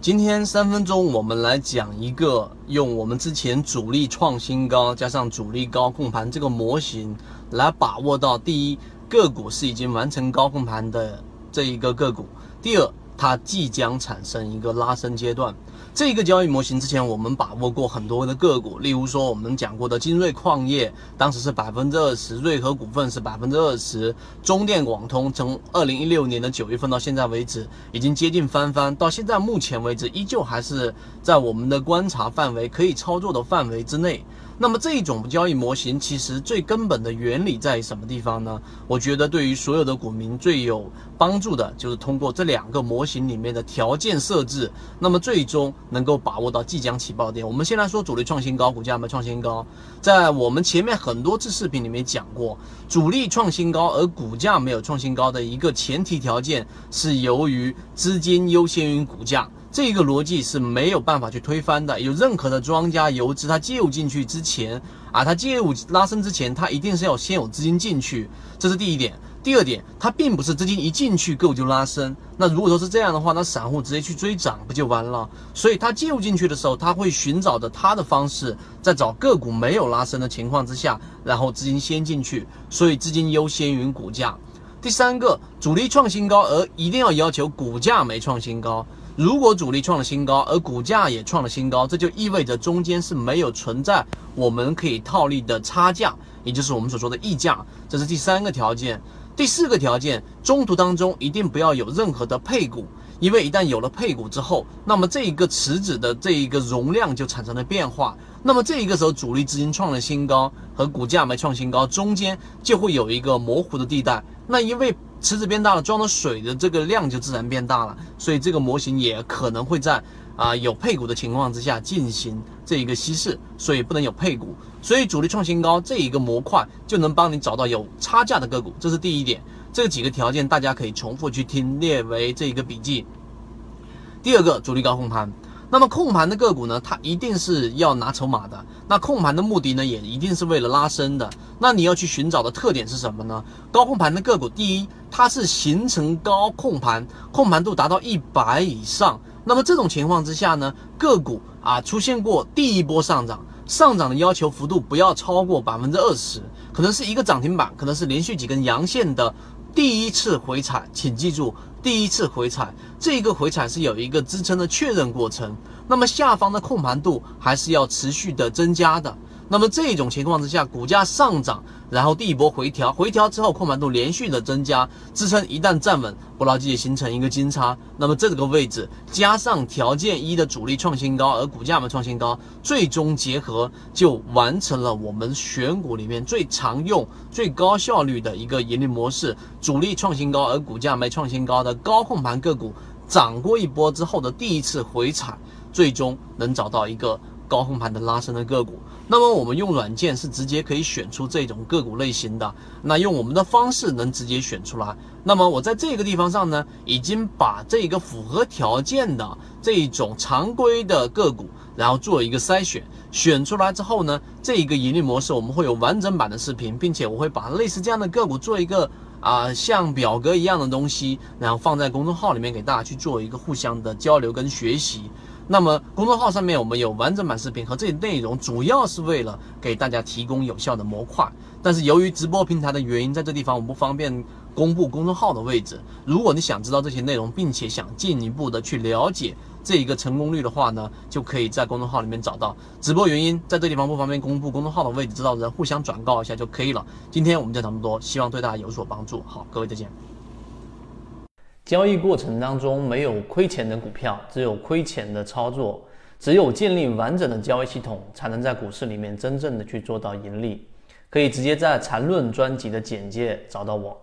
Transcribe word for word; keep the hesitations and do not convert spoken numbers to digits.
今天三分钟，我们来讲一个用我们之前主力创新高加上主力高控盘这个模型来把握到：第一，个股是已经完成高控盘的这一个个股；第二，它即将产生一个拉升阶段。这个交易模型之前我们把握过很多的个股，例如说我们讲过的精锐矿业，当时是百分之二十，瑞和股份是百分之二十，中电广通从二零一六年的九月份到现在为止，已经接近翻番，到现在目前为止依旧还是在我们的观察范围可以操作的范围之内。那么这种交易模型其实最根本的原理在于什么地方呢？我觉得对于所有的股民最有帮助的就是通过这两个模型里面的条件设置，那么最终能够把握到即将起爆点。我们先来说主力创新高，股价有没有创新高？在我们前面很多次视频里面讲过，主力创新高而股价没有创新高的一个前提条件是由于资金优先于股价。这个逻辑是没有办法去推翻的。有任何的庄家游资，它介入进去之前啊，它介入拉升之前，它一定是要先有资金进去，这是第一点。第二点，它并不是资金一进去个股就拉升。那如果说是这样的话，那散户直接去追涨不就完了？所以它介入进去的时候，它会寻找着它的方式，在找个股没有拉升的情况之下，然后资金先进去，所以资金优先于股价。第三个，主力创新高而一定要要求股价没创新高。如果主力创了新高，而股价也创了新高，这就意味着中间是没有存在我们可以套利的差价，也就是我们所说的溢价，这是第三个条件。第四个条件，中途当中一定不要有任何的配股，因为一旦有了配股之后，那么这一个池子的这一个容量就产生了变化，那么这一个时候主力资金创了新高和股价没创新高中间就会有一个模糊的地带，那因为池子变大了，装的水的这个量就自然变大了，所以这个模型也可能会在啊、呃、有配股的情况之下进行这一个稀释，所以不能有配股。所以主力创新高这一个模块就能帮你找到有差价的个股，这是第一点。这几个条件大家可以重复去听，列为这一个笔记。第二个，主力高控盘。那么控盘的个股呢，它一定是要拿筹码的。那控盘的目的呢，也一定是为了拉升的。那你要去寻找的特点是什么呢？高控盘的个股，第一，它是形成高控盘，控盘度达到一百以上。那么这种情况之下呢，个股啊出现过第一波上涨，上涨的要求幅度不要超过百分之二十，可能是一个涨停板，可能是连续几根阳线的第一次回踩，请记住，第一次回踩，这个回踩是有一个支撑的确认过程，那么下方的控盘度还是要持续的增加的。那么这种情况之下，股价上涨，然后第一波回调，回调之后控盘度连续的增加，支撑一旦站稳，不牢记形成一个金叉，那么这个位置加上条件一的主力创新高，而股价没创新高，最终结合就完成了我们选股里面最常用、最高效率的一个盈利模式。主力创新高而股价没创新高的高控盘个股，涨过一波之后的第一次回踩，最终能找到一个高控盘的拉升的个股。那么我们用软件是直接可以选出这种个股类型的，那用我们的方式能直接选出来。那么我在这个地方上呢，已经把这个符合条件的这种常规的个股，然后做一个筛选，选出来之后呢，这一个盈利模式我们会有完整版的视频，并且我会把类似这样的个股做一个啊、呃、像表格一样的东西，然后放在公众号里面给大家去做一个互相的交流跟学习。那么公众号上面我们有完整版视频和这些内容，主要是为了给大家提供有效的模块。但是由于直播平台的原因，在这地方我不方便公布公众号的位置。如果你想知道这些内容，并且想进一步的去了解这一个成功率的话呢，就可以在公众号里面找到。直播原因在这地方不方便公布公众号的位置，知道的人互相转告一下就可以了。今天我们就讲这么多，希望对大家有所帮助。好，各位再见。 交易过程当中没有亏钱的股票，只有亏钱的操作。只有建立完整的交易系统，才能在股市里面真正的去做到盈利。可以直接在缠论专辑的简介找到我。